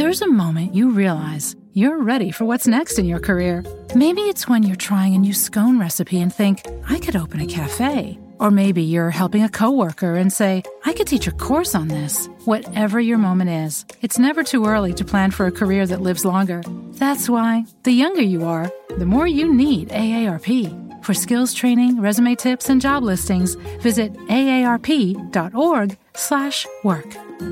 There's a moment you realize you're ready for what's next in your career. Maybe it's when you're trying a new scone recipe and think, I could open a cafe. Or maybe you're helping a coworker and say, I could teach a course on this. Whatever your moment is, it's never too early to plan for a career that lives longer. That's why, the younger you are, the more you need AARP. For skills training, resume tips, and job listings, visit aarp.org/work.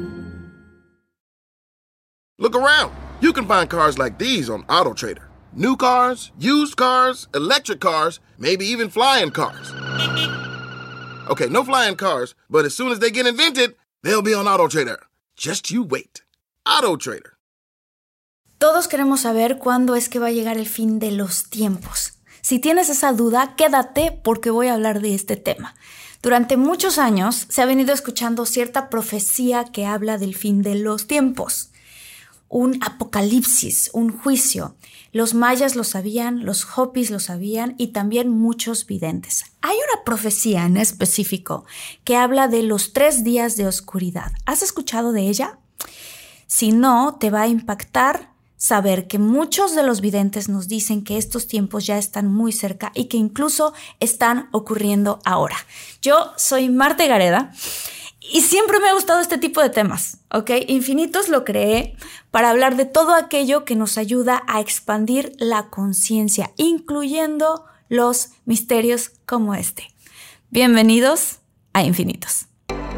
Look around. You can find cars like these on AutoTrader. New cars, used cars, electric cars, maybe even flying cars. Okay, no flying cars, but as soon as they get invented, they'll be on AutoTrader. Just you wait. AutoTrader. Todos queremos saber cuándo es que va a llegar el fin de los tiempos. Si tienes esa duda, quédate porque voy a hablar de este tema. Durante muchos años se ha venido escuchando cierta profecía que habla del fin de los tiempos. Un apocalipsis, un juicio. Los mayas lo sabían, los hopis lo sabían y también muchos videntes. Hay una profecía en específico que habla de los 3 días de oscuridad. ¿Has escuchado de ella? Si no, te va a impactar saber que muchos de los videntes nos dicen que estos tiempos ya están muy cerca y que incluso están ocurriendo ahora. Yo soy Marta Gareda y siempre me ha gustado este tipo de temas, ¿ok? Infinitos lo creé para hablar de todo aquello que nos ayuda a expandir la conciencia, incluyendo los misterios como este. Bienvenidos a Infinitos.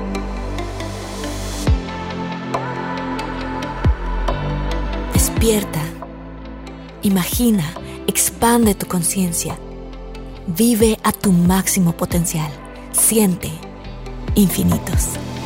Despierta, imagina, expande tu conciencia, vive a tu máximo potencial, siente infinitos.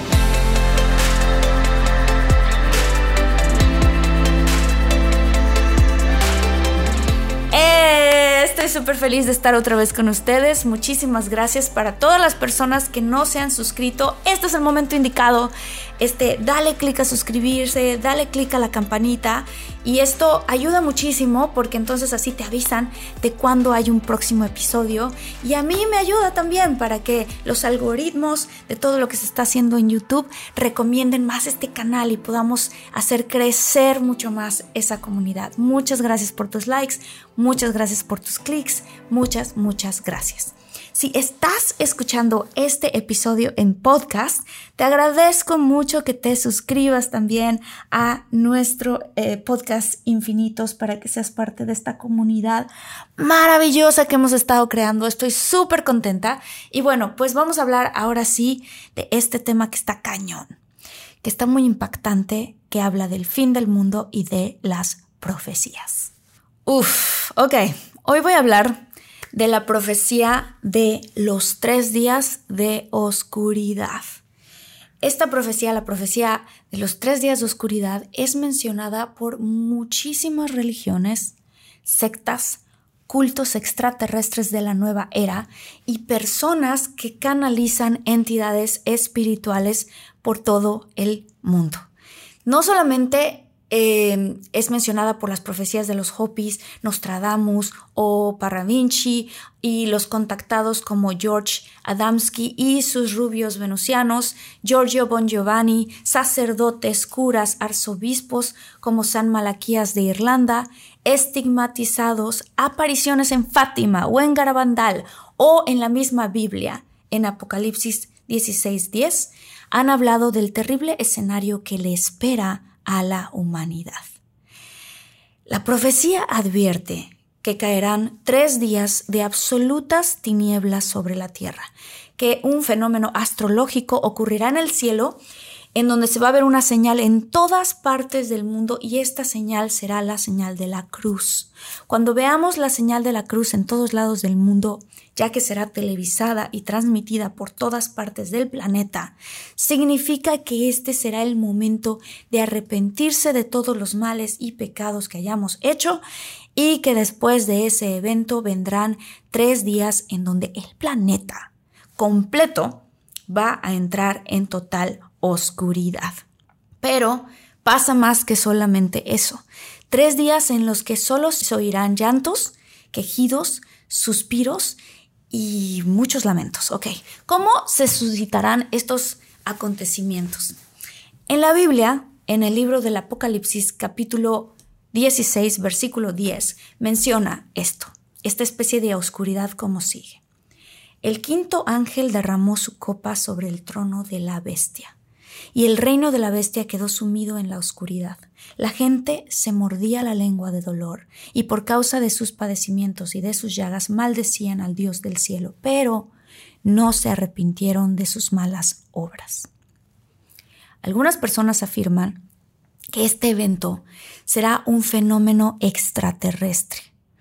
Estoy súper feliz de estar otra vez con ustedes. Muchísimas gracias para todas las personas que no se han suscrito. Este es el momento indicado. Dale click a suscribirse, dale click a la campanita y esto ayuda muchísimo porque entonces así te avisan de cuando hay un próximo episodio y a mí me ayuda también para que los algoritmos de todo lo que se está haciendo en YouTube recomienden más este canal y podamos hacer crecer mucho más esa comunidad. Muchas gracias por tus likes, muchas gracias por tus clics, muchas gracias. Si estás escuchando este episodio en podcast, te agradezco mucho que te suscribas también a nuestro podcast Infinitos para que seas parte de esta comunidad maravillosa que hemos estado creando. Estoy súper contenta. Y bueno, pues vamos a hablar ahora sí de este tema que está cañón, que está muy impactante, que habla del fin del mundo y de las profecías. Ok. Hoy voy a hablar de la profecía de los 3 días de oscuridad. Esta profecía, la profecía de los 3 días de oscuridad, es mencionada por muchísimas religiones, sectas, cultos extraterrestres de la nueva era y personas que canalizan entidades espirituales por todo el mundo. No solamente es mencionada por las profecías de los Hopis, Nostradamus o Paravinci y los contactados como George Adamski y sus rubios venusianos, Giorgio Bon Giovanni, sacerdotes, curas, arzobispos como San Malaquías de Irlanda, estigmatizados, apariciones en Fátima o en Garabandal o en la misma Biblia, en Apocalipsis 16:10, han hablado del terrible escenario que le espera a la humanidad. La profecía advierte que caerán 3 días de absolutas tinieblas sobre la tierra, que un fenómeno astrológico ocurrirá en el cielo en donde se va a ver una señal en todas partes del mundo y esta señal será la señal de la cruz. Cuando veamos la señal de la cruz en todos lados del mundo, ya que será televisada y transmitida por todas partes del planeta, significa que este será el momento de arrepentirse de todos los males y pecados que hayamos hecho y que después de ese evento vendrán 3 días en donde el planeta completo va a entrar en total oscuridad. Pero pasa más que solamente eso. 3 días en los que solo se oirán llantos, quejidos, suspiros y muchos lamentos. Ok, ¿cómo se suscitarán estos acontecimientos? En la Biblia en el libro del Apocalipsis, capítulo 16, versículo 10, menciona esta especie de oscuridad como sigue. El quinto ángel derramó su copa sobre el trono de la bestia, y el reino de la bestia quedó sumido en la oscuridad. La gente se mordía la lengua de dolor, y por causa de sus padecimientos y de sus llagas maldecían al Dios del cielo, pero no se arrepintieron de sus malas obras. Algunas personas afirman que este evento será un fenómeno extraterrestre.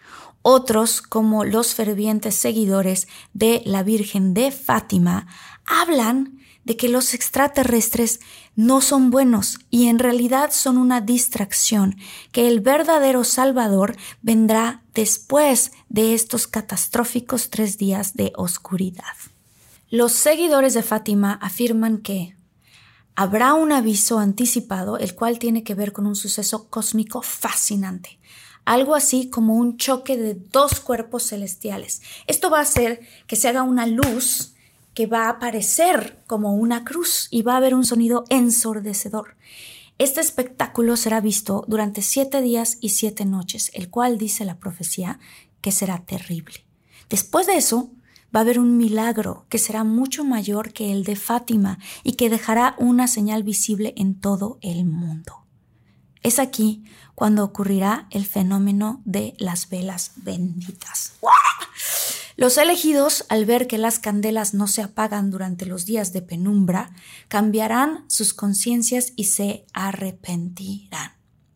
Otros, como los fervientes seguidores de la Virgen de Fátima, hablan de que los extraterrestres no son buenos y en realidad son una distracción, que el verdadero Salvador vendrá después de estos catastróficos 3 días de oscuridad. Los seguidores de Fátima afirman que habrá un aviso anticipado, el cual tiene que ver con un suceso cósmico fascinante. Algo así como un choque de 2 cuerpos celestiales. Esto va a hacer que se haga una luz que va a aparecer como una cruz y va a haber un sonido ensordecedor. Este espectáculo será visto durante 7 días y 7 noches, el cual dice la profecía que será terrible. Después de eso, va a haber un milagro que será mucho mayor que el de Fátima y que dejará una señal visible en todo el mundo. Es aquí cuando ocurrirá el fenómeno de las velas benditas. ¡Uah! Los elegidos, al ver que las candelas no se apagan durante los días de penumbra, cambiarán sus conciencias y se arrepentirán.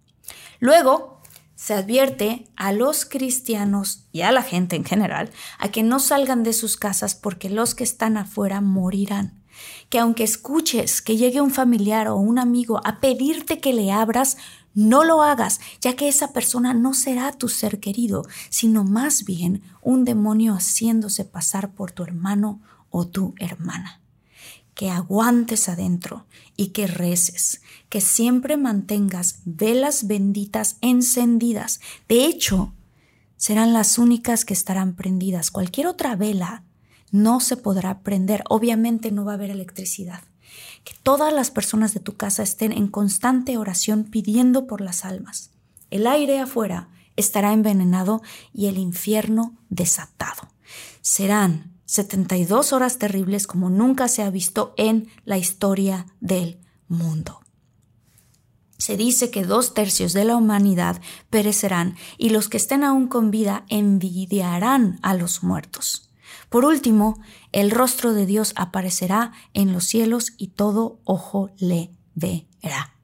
Luego, se advierte a los cristianos y a la gente en general a que no salgan de sus casas porque los que están afuera morirán. Que aunque escuches que llegue un familiar o un amigo a pedirte que le abras, no lo hagas, ya que esa persona no será tu ser querido, sino más bien un demonio haciéndose pasar por tu hermano o tu hermana. Que aguantes adentro y que reces, que siempre mantengas velas benditas encendidas. De hecho, serán las únicas que estarán prendidas. Cualquier otra vela no se podrá prender. Obviamente no va a haber electricidad. Que todas las personas de tu casa estén en constante oración pidiendo por las almas. El aire afuera estará envenenado y el infierno desatado. Serán 72 horas terribles como nunca se ha visto en la historia del mundo. Se dice que 2/3 de la humanidad perecerán y los que estén aún con vida envidiarán a los muertos. Por último, el rostro de Dios aparecerá en los cielos y todo ojo le verá.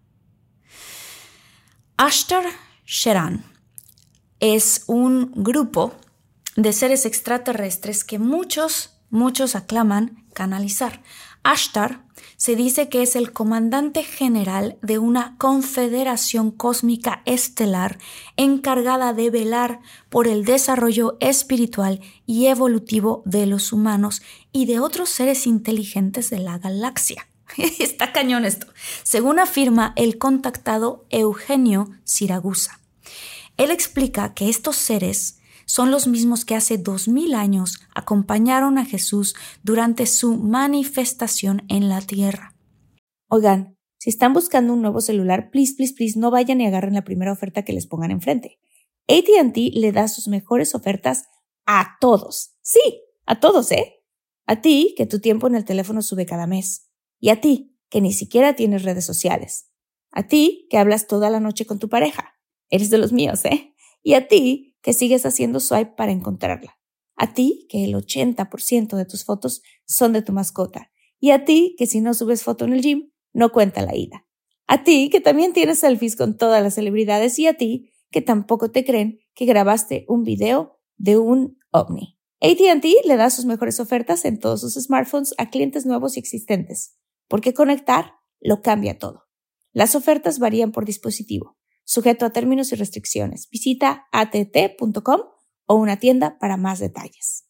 Ashtar Sheran es un grupo de seres extraterrestres que muchos aclaman canalizar. Ashtar se dice que es el comandante general de una confederación cósmica estelar encargada de velar por el desarrollo espiritual y evolutivo de los humanos y de otros seres inteligentes de la galaxia. Está cañón esto. Según afirma el contactado Eugenio Siragusa. Él explica que estos seres son los mismos que hace 2000 años acompañaron a Jesús durante su manifestación en la tierra. Oigan, si están buscando un nuevo celular, please, no vayan y agarren la primera oferta que les pongan enfrente. AT&T le da sus mejores ofertas a todos. Sí, a todos, ¿eh? A ti, que tu tiempo en el teléfono sube cada mes. Y a ti, que ni siquiera tienes redes sociales. A ti, que hablas toda la noche con tu pareja. Eres de los míos, ¿eh? Y a ti, que sigues haciendo swipe para encontrarla. A ti, que el 80% de tus fotos son de tu mascota. Y a ti, que si no subes foto en el gym, no cuenta la ida. A ti, que también tienes selfies con todas las celebridades. Y a ti, que tampoco te creen que grabaste un video de un ovni. AT&T le da sus mejores ofertas en todos sus smartphones a clientes nuevos y existentes. Porque conectar lo cambia todo. Las ofertas varían por dispositivo, sujeto a términos y restricciones. Visita att.com o una tienda para más detalles.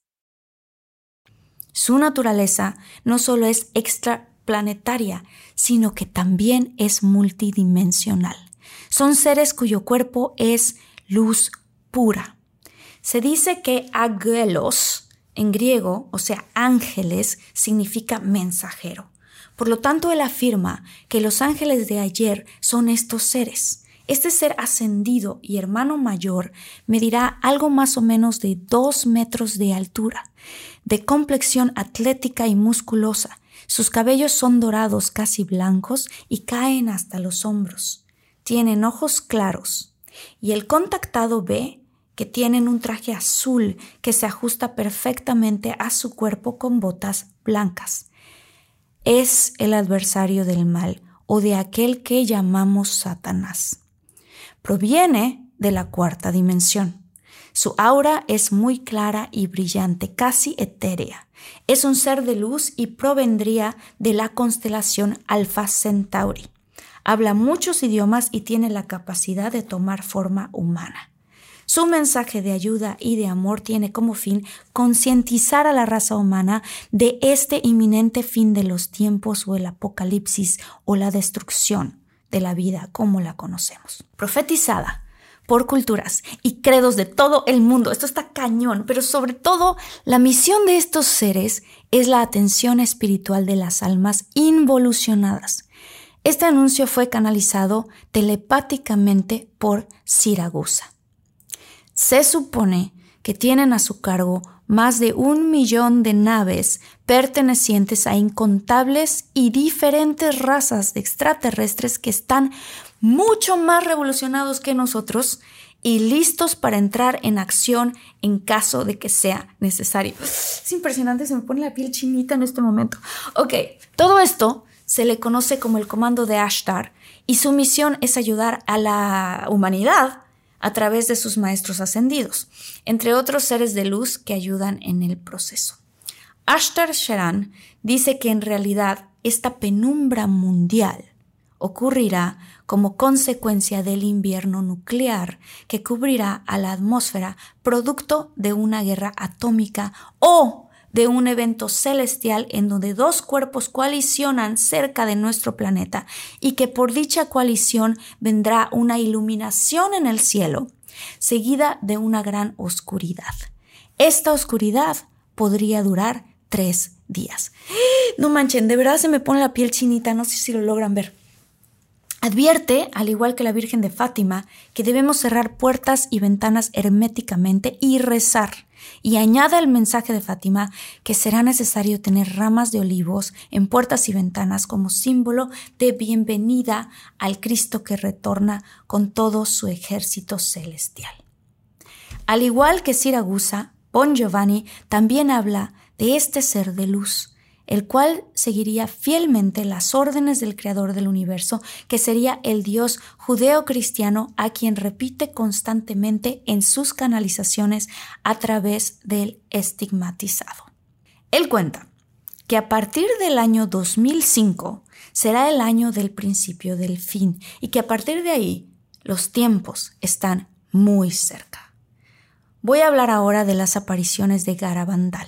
Su naturaleza no solo es extraplanetaria, sino que también es multidimensional. Son seres cuyo cuerpo es luz pura. Se dice que angelos, en griego, o sea, ángeles, significa mensajero. Por lo tanto, él afirma que los ángeles de ayer son estos seres. Este ser ascendido y hermano mayor medirá algo más o menos de 2 metros de altura, de complexión atlética y musculosa. Sus cabellos son dorados casi blancos y caen hasta los hombros. Tienen ojos claros y el contactado ve que tienen un traje azul que se ajusta perfectamente a su cuerpo con botas blancas. Es el adversario del mal o de aquel que llamamos Satanás. Proviene de la 4ª dimensión. Su aura es muy clara y brillante, casi etérea. Es un ser de luz y provendría de la constelación Alpha Centauri. Habla muchos idiomas y tiene la capacidad de tomar forma humana. Su mensaje de ayuda y de amor tiene como fin concientizar a la raza humana de este inminente fin de los tiempos o el apocalipsis o la destrucción de la vida como la conocemos. Profetizada por culturas y credos de todo el mundo. Esto está cañón, pero sobre todo la misión de estos seres es la atención espiritual de las almas involucionadas. Este anuncio fue canalizado telepáticamente por Siragusa. Se supone que tienen a su cargo más de 1 millón de naves pertenecientes a incontables y diferentes razas de extraterrestres que están mucho más revolucionados que nosotros y listos para entrar en acción en caso de que sea necesario. Es impresionante, se me pone la piel chinita en este momento. Ok, todo esto se le conoce como el Comando de Ashtar y su misión es ayudar a la humanidad a través de sus maestros ascendidos, entre otros seres de luz que ayudan en el proceso. Ashtar Sheran dice que en realidad esta penumbra mundial ocurrirá como consecuencia del invierno nuclear que cubrirá a la atmósfera producto de una guerra atómica o de un evento celestial en donde 2 cuerpos coalicionan cerca de nuestro planeta y que por dicha coalición vendrá una iluminación en el cielo, seguida de una gran oscuridad. Esta oscuridad podría durar 3 días. No manchen, de verdad se me pone la piel chinita, no sé si lo logran ver. Advierte, al igual que la Virgen de Fátima, que debemos cerrar puertas y ventanas herméticamente y rezar. Y añade el mensaje de Fátima que será necesario tener ramas de olivos en puertas y ventanas como símbolo de bienvenida al Cristo que retorna con todo su ejército celestial. Al igual que Siragusa, Bon Giovanni también habla de este ser de luz, el cual seguiría fielmente las órdenes del Creador del universo, que sería el Dios judeo-cristiano a quien repite constantemente en sus canalizaciones a través del estigmatizado. Él cuenta que a partir del año 2005 será el año del principio del fin y que a partir de ahí los tiempos están muy cerca. Voy a hablar ahora de las apariciones de Garabandal.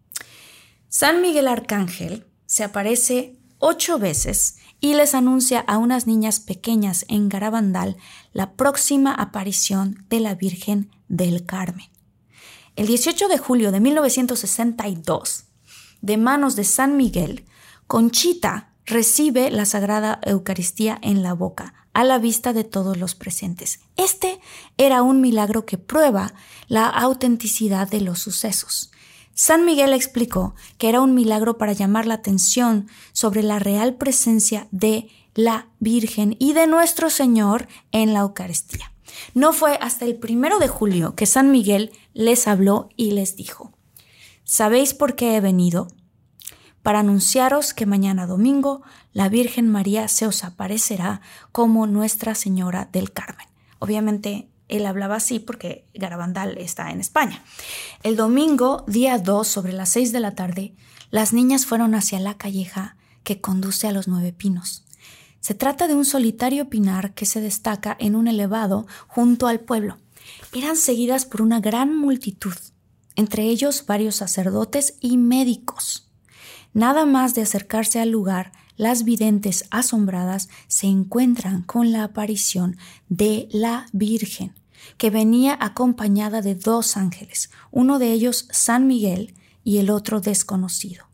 San Miguel Arcángel se aparece 8 veces y les anuncia a unas niñas pequeñas en Garabandal la próxima aparición de la Virgen del Carmen. El 18 de julio de 1962, de manos de San Miguel, Conchita recibe la Sagrada Eucaristía en la boca, a la vista de todos los presentes. Este era un milagro que prueba la autenticidad de los sucesos. San Miguel explicó que era un milagro para llamar la atención sobre la real presencia de la Virgen y de nuestro Señor en la Eucaristía. No fue hasta el 1 de julio que San Miguel les habló y les dijo: ¿sabéis por qué he venido? Para anunciaros que mañana domingo la Virgen María se os aparecerá como Nuestra Señora del Carmen. Obviamente él hablaba así porque Garabandal está en España. El domingo, día 2, sobre las 6 de la tarde, las niñas fueron hacia la calleja que conduce a los 9 Pinos. Se trata de un solitario pinar que se destaca en un elevado junto al pueblo. Eran seguidas por una gran multitud, entre ellos varios sacerdotes y médicos. Nada más de acercarse al lugar, las videntes asombradas se encuentran con la aparición de la Virgen, que venía acompañada de 2 ángeles, uno de ellos San Miguel y el otro desconocido.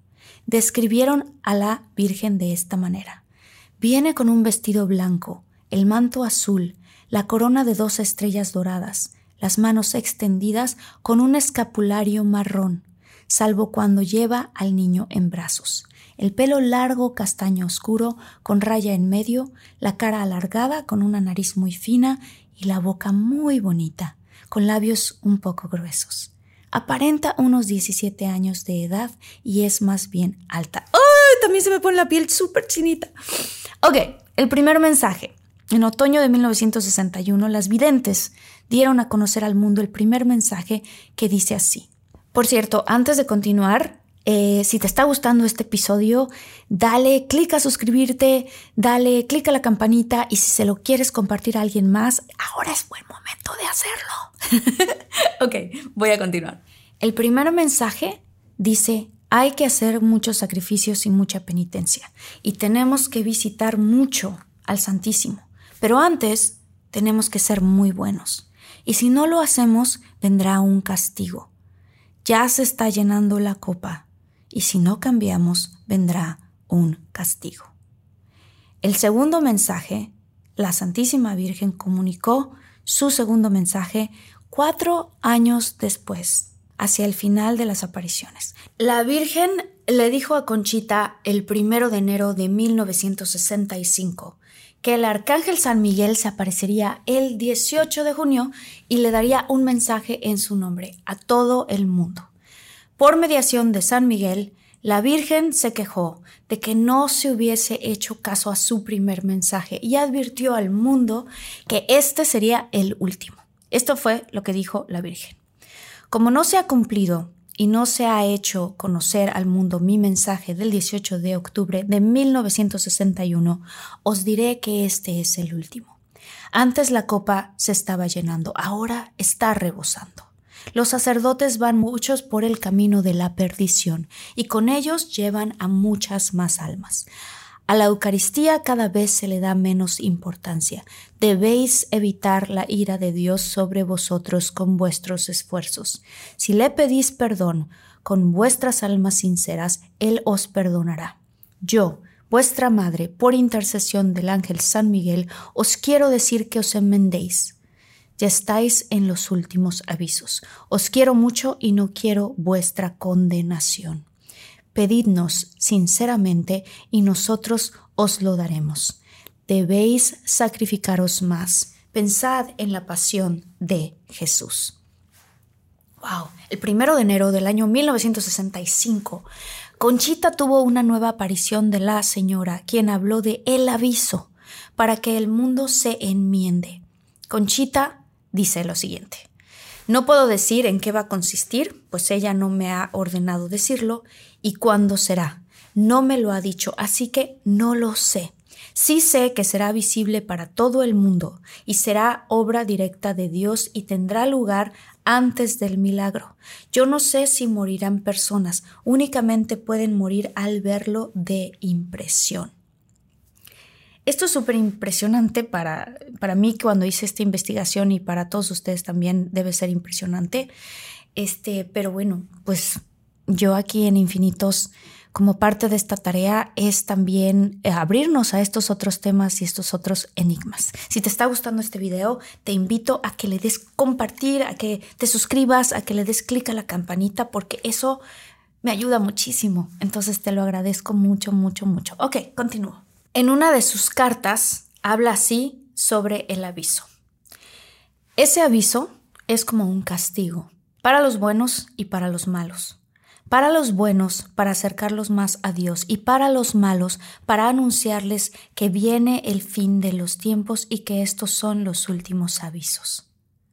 describieron a la Virgen de esta manera. Viene con un vestido blanco, el manto azul, la corona de 2 estrellas doradas, las manos extendidas con un escapulario marrón, salvo cuando lleva al niño en brazos. El pelo largo castaño oscuro con raya en medio, la cara alargada con una nariz muy fina y la boca muy bonita, con labios un poco gruesos. Aparenta unos 17 años de edad y es más bien alta. ¡Ay! También se me pone la piel súper chinita. Ok, el primer mensaje. En otoño de 1961, las videntes dieron a conocer al mundo el primer mensaje que dice así. Por cierto, antes de continuar, si te está gustando este episodio, dale clic a suscribirte, dale clic a la campanita y si se lo quieres compartir a alguien más, ahora es buen momento de hacerlo. Ok, voy a continuar. El primer mensaje dice: hay que hacer muchos sacrificios y mucha penitencia y tenemos que visitar mucho al Santísimo, pero antes tenemos que ser muy buenos y si no lo hacemos vendrá un castigo. Ya se está llenando la copa y si no cambiamos vendrá un castigo. El segundo mensaje, la Santísima Virgen comunicó su segundo mensaje 4 años después, hacia el final de las apariciones. La Virgen le dijo a Conchita el 1 de enero de 1965 que el arcángel San Miguel se aparecería el 18 de junio y le daría un mensaje en su nombre a todo el mundo. Por mediación de San Miguel, la Virgen se quejó de que no se hubiese hecho caso a su primer mensaje y advirtió al mundo que este sería el último. Esto fue lo que dijo la Virgen. Como no se ha cumplido y no se ha hecho conocer al mundo mi mensaje del 18 de octubre de 1961, os diré que este es el último. Antes la copa se estaba llenando, ahora está rebosando. Los sacerdotes van muchos por el camino de la perdición y con ellos llevan a muchas más almas. A la Eucaristía cada vez se le da menos importancia. Debéis evitar la ira de Dios sobre vosotros con vuestros esfuerzos. Si le pedís perdón con vuestras almas sinceras, Él os perdonará. Yo, vuestra madre, por intercesión del ángel San Miguel, os quiero decir que os enmendéis. Ya estáis en los últimos avisos. Os quiero mucho y no quiero vuestra condenación. Pedidnos sinceramente y nosotros os lo daremos. Debéis sacrificaros más. Pensad en la pasión de Jesús. Wow, el 1 de enero del año 1965, Conchita tuvo una nueva aparición de la Señora, quien habló de el aviso para que el mundo se enmiende. Conchita dice lo siguiente: no puedo decir en qué va a consistir, pues ella no me ha ordenado decirlo, y cuándo será. No me lo ha dicho, así que no lo sé. Sí sé que será visible para todo el mundo y será obra directa de Dios y tendrá lugar antes del milagro. Yo no sé si morirán personas, únicamente pueden morir al verlo de impresión. Esto es súper impresionante para mí cuando hice esta investigación y para todos ustedes también debe ser impresionante. Pero bueno, pues yo aquí en Infinitos, como parte de esta tarea, es también abrirnos a estos otros temas y estos otros enigmas. Si te está gustando este video, te invito a que le des compartir, a que te suscribas, a que le des clic a la campanita, porque eso me ayuda muchísimo. Entonces te lo agradezco mucho, mucho, mucho. Ok, continúo. En una de sus cartas habla así sobre el aviso. Ese aviso es como un castigo para los buenos y para los malos. Para los buenos, para acercarlos más a Dios, y para los malos, para anunciarles que viene el fin de los tiempos y que estos son los últimos avisos.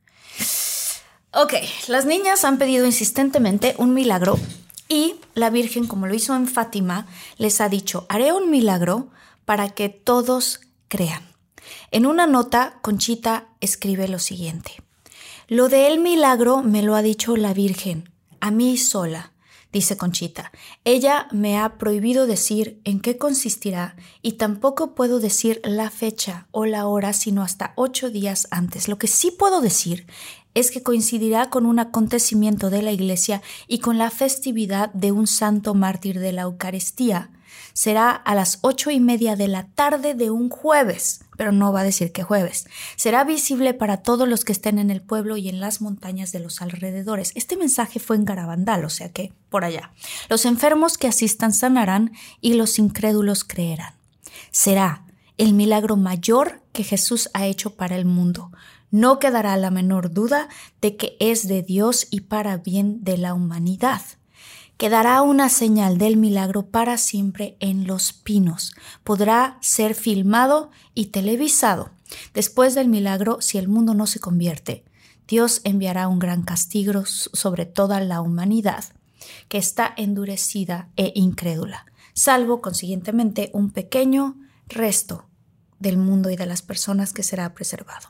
Ok, las niñas han pedido insistentemente un milagro y la Virgen, como lo hizo en Fátima, les ha dicho: haré un milagro para que todos crean. En una nota, Conchita escribe lo siguiente: lo del milagro me lo ha dicho la Virgen, a mí sola. Dice Conchita, ella me ha prohibido decir en qué consistirá y tampoco puedo decir la fecha o la hora sino hasta 8 días antes. Lo que sí puedo decir es que coincidirá con un acontecimiento de la Iglesia y con la festividad de un santo mártir de la Eucaristía. Será a las 8:30 de la tarde de un jueves, pero no va a decir qué jueves. Será visible para todos los que estén en el pueblo y en las montañas de los alrededores. Este mensaje fue en Garabandal, o sea que por allá. Los enfermos que asistan sanarán y los incrédulos creerán. Será el milagro mayor que Jesús ha hecho para el mundo. No quedará la menor duda de que es de Dios y para bien de la humanidad. Quedará una señal del milagro para siempre en Los Pinos. Podrá ser filmado y televisado. Después del milagro, si el mundo no se convierte, Dios enviará un gran castigo sobre toda la humanidad, que está endurecida e incrédula, salvo, consiguientemente, un pequeño resto del mundo y de las personas que será preservado.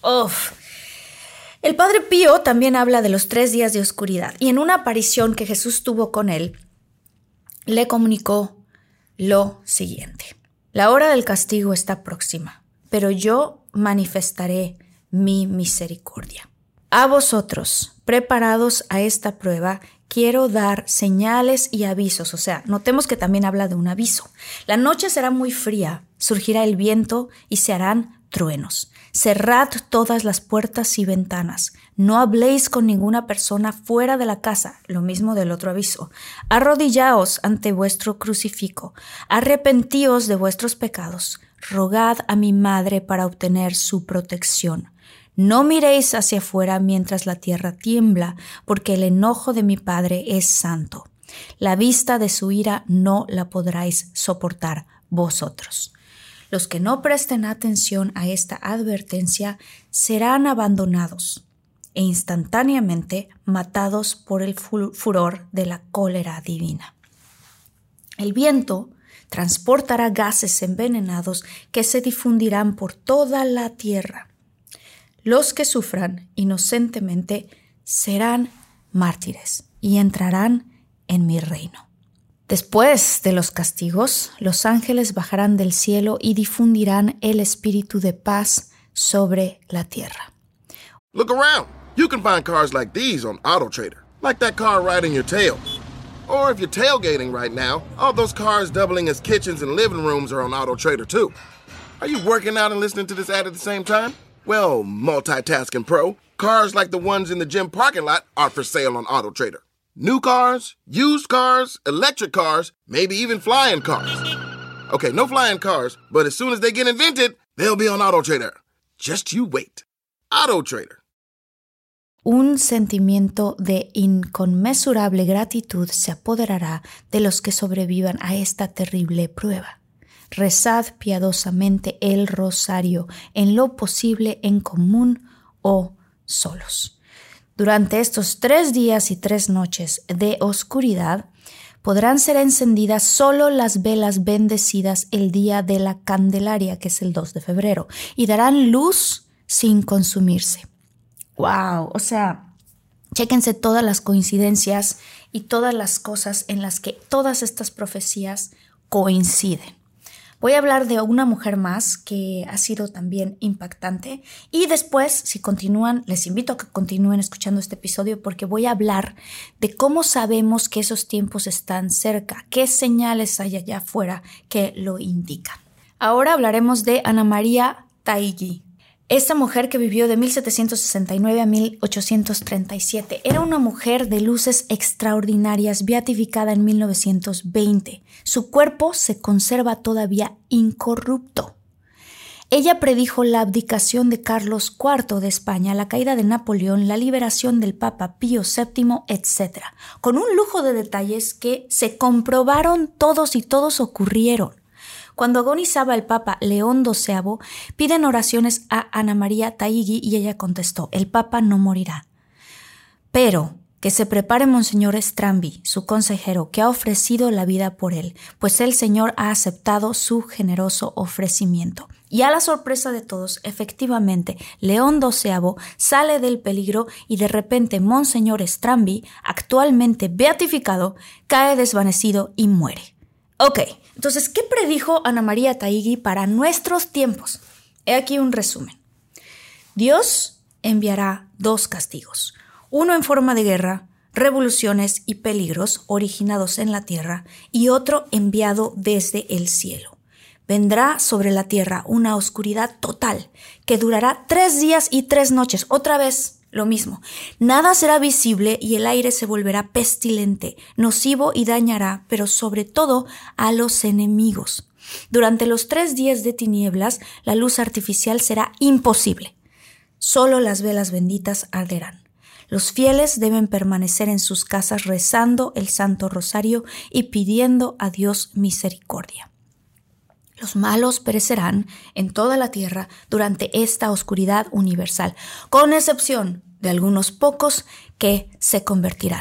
El Padre Pío también habla de los 3 días de oscuridad y en una aparición que Jesús tuvo con él, le comunicó lo siguiente: la hora del castigo está próxima, pero yo manifestaré mi misericordia. A vosotros, preparados a esta prueba, quiero dar señales y avisos. O sea, notemos que también habla de un aviso. La noche será muy fría, surgirá el viento y se harán truenos. Cerrad todas las puertas y ventanas. No habléis con ninguna persona fuera de la casa. Lo mismo del otro aviso. Arrodillaos ante vuestro crucifijo. Arrepentíos de vuestros pecados. Rogad a mi madre para obtener su protección. No miréis hacia afuera mientras la tierra tiembla, porque el enojo de mi Padre es santo. La vista de su ira no la podráis soportar vosotros. Los que no presten atención a esta advertencia serán abandonados e instantáneamente matados por el furor de la cólera divina. El viento transportará gases envenenados que se difundirán por toda la tierra. Los que sufran inocentemente serán mártires y entrarán en mi reino. Después de los castigos, los ángeles bajarán del cielo y difundirán el espíritu de paz sobre la tierra. Look around. You can find cars like these on AutoTrader, like that car riding your tail. Or if you're tailgating right now, all those cars doubling as kitchens and living rooms are on AutoTrader too. Are you working out and listening to this ad at the same time? Well, multitasking pro, cars like the ones in the gym parking lot are for sale on AutoTrader. New cars, used cars, electric cars, maybe even flying cars. Okay, no flying cars, but as soon as they get invented, they'll be on AutoTrader. Just you wait. AutoTrader. Un sentimiento de inconmensurable gratitud se apoderará de los que sobrevivan a esta terrible prueba. Rezad piadosamente el rosario, en lo posible en común o solos. Durante estos 3 días y 3 noches de oscuridad, podrán ser encendidas solo las velas bendecidas el día de la Candelaria, que es el 2 de febrero, y darán luz sin consumirse. ¡Wow! O sea, chéquense todas las coincidencias y todas las cosas en las que todas estas profecías coinciden. Voy a hablar de una mujer más que ha sido también impactante y después, si continúan, les invito a que continúen escuchando este episodio porque voy a hablar de cómo sabemos que esos tiempos están cerca, qué señales hay allá afuera que lo indican. Ahora hablaremos de Ana María Taigui. Esta mujer que vivió de 1769 a 1837 era una mujer de luces extraordinarias, beatificada en 1920. Su cuerpo se conserva todavía incorrupto. Ella predijo la abdicación de Carlos IV de España, la caída de Napoleón, la liberación del Papa Pío VII, etc., con un lujo de detalles que se comprobaron todos y todos ocurrieron. Cuando agonizaba el Papa León XII, piden oraciones a Ana María Taigui y ella contestó: el Papa no morirá. Pero que se prepare Monseñor Strambi, su consejero, que ha ofrecido la vida por él, pues el Señor ha aceptado su generoso ofrecimiento. Y a la sorpresa de todos, efectivamente, León XII sale del peligro y de repente Monseñor Strambi, actualmente beatificado, cae desvanecido y muere. Ok, entonces, ¿qué predijo Ana María Taigui para nuestros tiempos? He aquí un resumen. Dios enviará 2 castigos, uno en forma de guerra, revoluciones y peligros originados en la tierra, y otro enviado desde el cielo. Vendrá sobre la tierra una oscuridad total que durará 3 días y 3 noches. Otra vez lo mismo. Nada será visible y el aire se volverá pestilente, nocivo y dañará, pero sobre todo a los enemigos. Durante los 3 días de tinieblas, la luz artificial será imposible. Solo las velas benditas arderán. Los fieles deben permanecer en sus casas rezando el Santo Rosario y pidiendo a Dios misericordia. Los malos perecerán en toda la tierra durante esta oscuridad universal, con excepción de algunos pocos que se convertirán.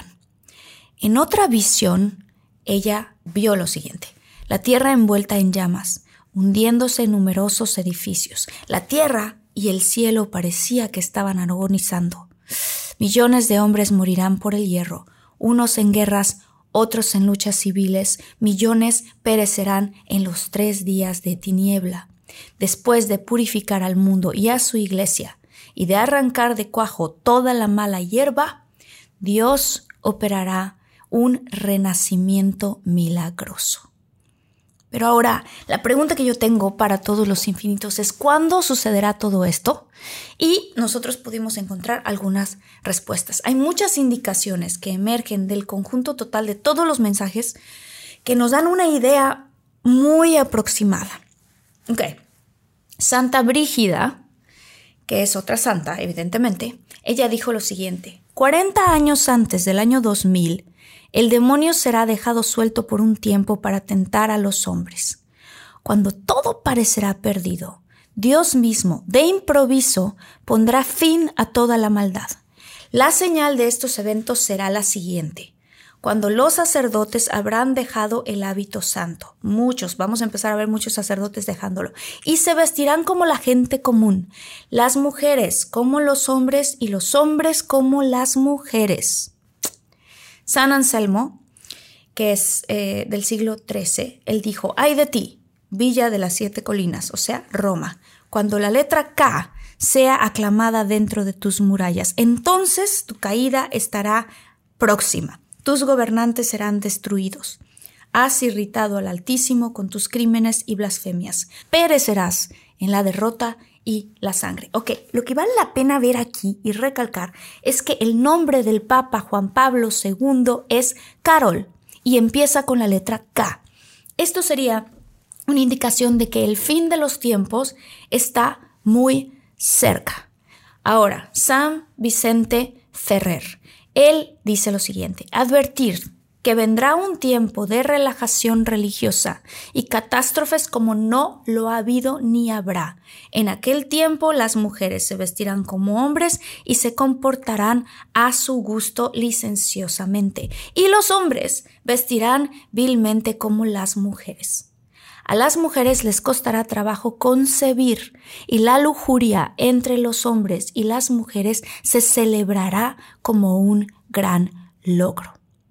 En otra visión, ella vio lo siguiente: la tierra envuelta en llamas, hundiéndose en numerosos edificios. La tierra y el cielo parecía que estaban agonizando. Millones de hombres morirán por el hierro, unos en guerras, otros en luchas civiles. Millones perecerán en los 3 días de tiniebla. Después de purificar al mundo y a su iglesia y de arrancar de cuajo toda la mala hierba, Dios operará un renacimiento milagroso. Pero ahora, la pregunta que yo tengo para todos los infinitos es: ¿cuándo sucederá todo esto? Y nosotros pudimos encontrar algunas respuestas. Hay muchas indicaciones que emergen del conjunto total de todos los mensajes que nos dan una idea muy aproximada. Ok. Santa Brígida, que es otra santa, evidentemente, ella dijo lo siguiente: 40 años antes del año 2000, el demonio será dejado suelto por un tiempo para tentar a los hombres. Cuando todo parecerá perdido, Dios mismo, de improviso, pondrá fin a toda la maldad. La señal de estos eventos será la siguiente: cuando los sacerdotes habrán dejado el hábito santo, vamos a empezar a ver muchos sacerdotes dejándolo, y se vestirán como la gente común, las mujeres como los hombres y los hombres como las mujeres. San Anselmo, que es del siglo XIII, él dijo: «Ay de ti, Villa de las 7 Colinas», o sea, Roma, «cuando la letra K sea aclamada dentro de tus murallas, entonces tu caída estará próxima, tus gobernantes serán destruidos. Has irritado al Altísimo con tus crímenes y blasfemias, perecerás en la derrota y la sangre». Ok, lo que vale la pena ver aquí y recalcar es que el nombre del Papa Juan Pablo II es Carol y empieza con la letra K. Esto sería una indicación de que el fin de los tiempos está muy cerca. Ahora, San Vicente Ferrer, él dice lo siguiente: advertir que vendrá un tiempo de relajación religiosa y catástrofes como no lo ha habido ni habrá. En aquel tiempo las mujeres se vestirán como hombres y se comportarán a su gusto licenciosamente, y los hombres vestirán vilmente como las mujeres. A las mujeres les costará trabajo concebir, y la lujuria entre los hombres y las mujeres se celebrará como un gran logro.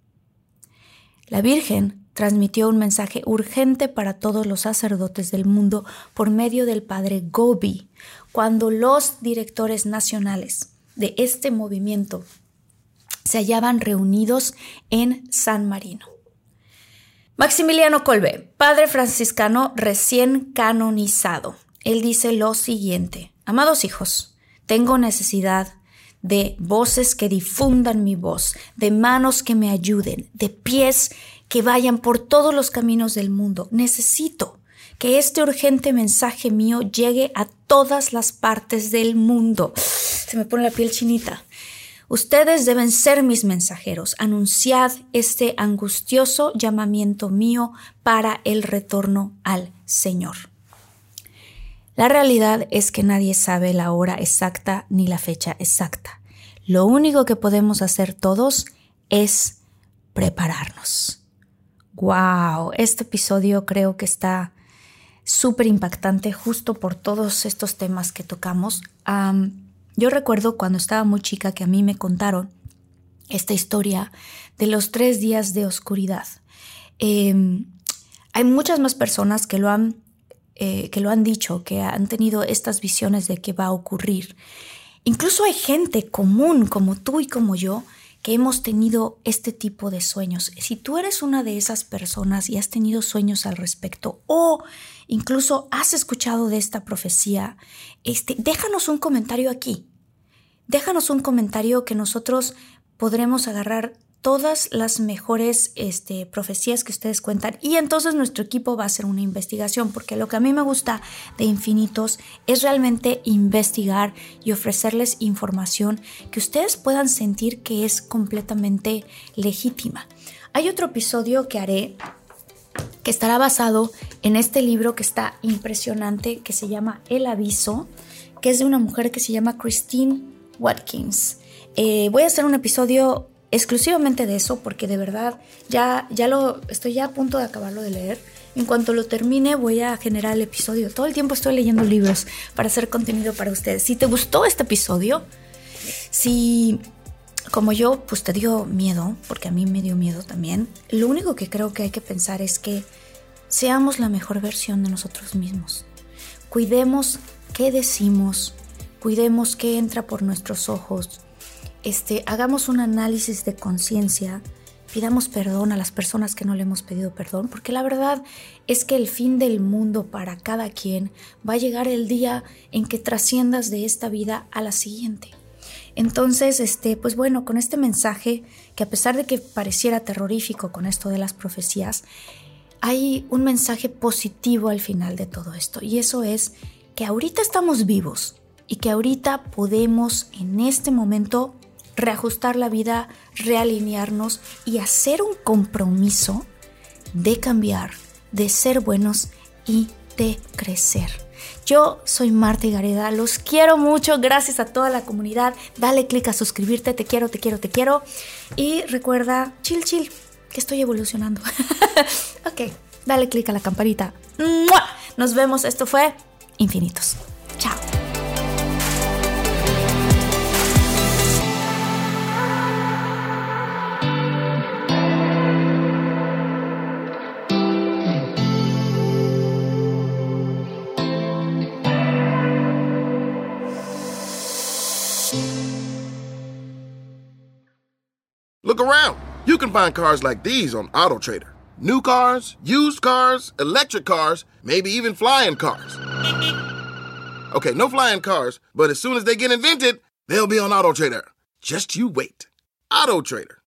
La Virgen transmitió un mensaje urgente para todos los sacerdotes del mundo por medio del padre Gobi, cuando los directores nacionales de este movimiento se hallaban reunidos en San Marino. Maximiliano Kolbe, padre franciscano recién canonizado, él dice lo siguiente: amados hijos, tengo necesidad de voces que difundan mi voz, de manos que me ayuden, de pies que vayan por todos los caminos del mundo. Necesito que este urgente mensaje mío llegue a todas las partes del mundo. Se me pone la piel chinita. Ustedes deben ser mis mensajeros. Anunciad este angustioso llamamiento mío para el retorno al Señor. La realidad es que nadie sabe la hora exacta ni la fecha exacta. Lo único que podemos hacer todos es prepararnos. ¡Wow! Este episodio creo que está súper impactante justo por todos estos temas que tocamos. Yo recuerdo cuando estaba muy chica que a mí me contaron esta historia de los 3 días de oscuridad. Hay muchas más personas que lo han dicho, que han tenido estas visiones de qué va a ocurrir. Incluso hay gente común como tú y como yo que hemos tenido este tipo de sueños. Si tú eres una de esas personas y has tenido sueños al respecto o incluso has escuchado de esta profecía, déjanos un comentario aquí. Déjanos un comentario que nosotros podremos agarrar todas las mejores profecías que ustedes cuentan y entonces nuestro equipo va a hacer una investigación, porque lo que a mí me gusta de Infinitos es realmente investigar y ofrecerles información que ustedes puedan sentir que es completamente legítima. Hay otro episodio que haré que estará basado en este libro que está impresionante, que se llama El Aviso, que es de una mujer que se llama Christine Watkins. Voy a hacer un episodio exclusivamente de eso porque de verdad estoy ya a punto de acabarlo de leer. En cuanto lo termine voy a generar el episodio. Todo el tiempo estoy leyendo libros para hacer contenido para ustedes. Si te gustó este episodio, si como yo pues te dio miedo, porque a mí me dio miedo también, lo único que creo que hay que pensar es que seamos la mejor versión de nosotros mismos. Cuidemos qué decimos, cuidemos qué entra por nuestros ojos. Hagamos un análisis de conciencia, pidamos perdón a las personas que no le hemos pedido perdón, porque la verdad es que el fin del mundo para cada quien va a llegar el día en que trasciendas de esta vida a la siguiente. Entonces, pues bueno, con este mensaje, que a pesar de que pareciera terrorífico con esto de las profecías, hay un mensaje positivo al final de todo esto, y eso es que ahorita estamos vivos y que ahorita podemos en este momento reajustar la vida, realinearnos y hacer un compromiso de cambiar, de ser buenos y de crecer. Yo soy Marta Higareda, los quiero mucho, gracias a toda la comunidad. Dale click a suscribirte, te quiero. Y recuerda, chill, que estoy evolucionando. Ok, dale click a la campanita. ¡Mua! Nos vemos, esto fue Infinitos. Chao. Look around. You can find cars like these on AutoTrader. New cars, used cars, electric cars, maybe even flying cars. Okay, no flying cars, but as soon as they get invented, they'll be on AutoTrader. Just you wait. AutoTrader.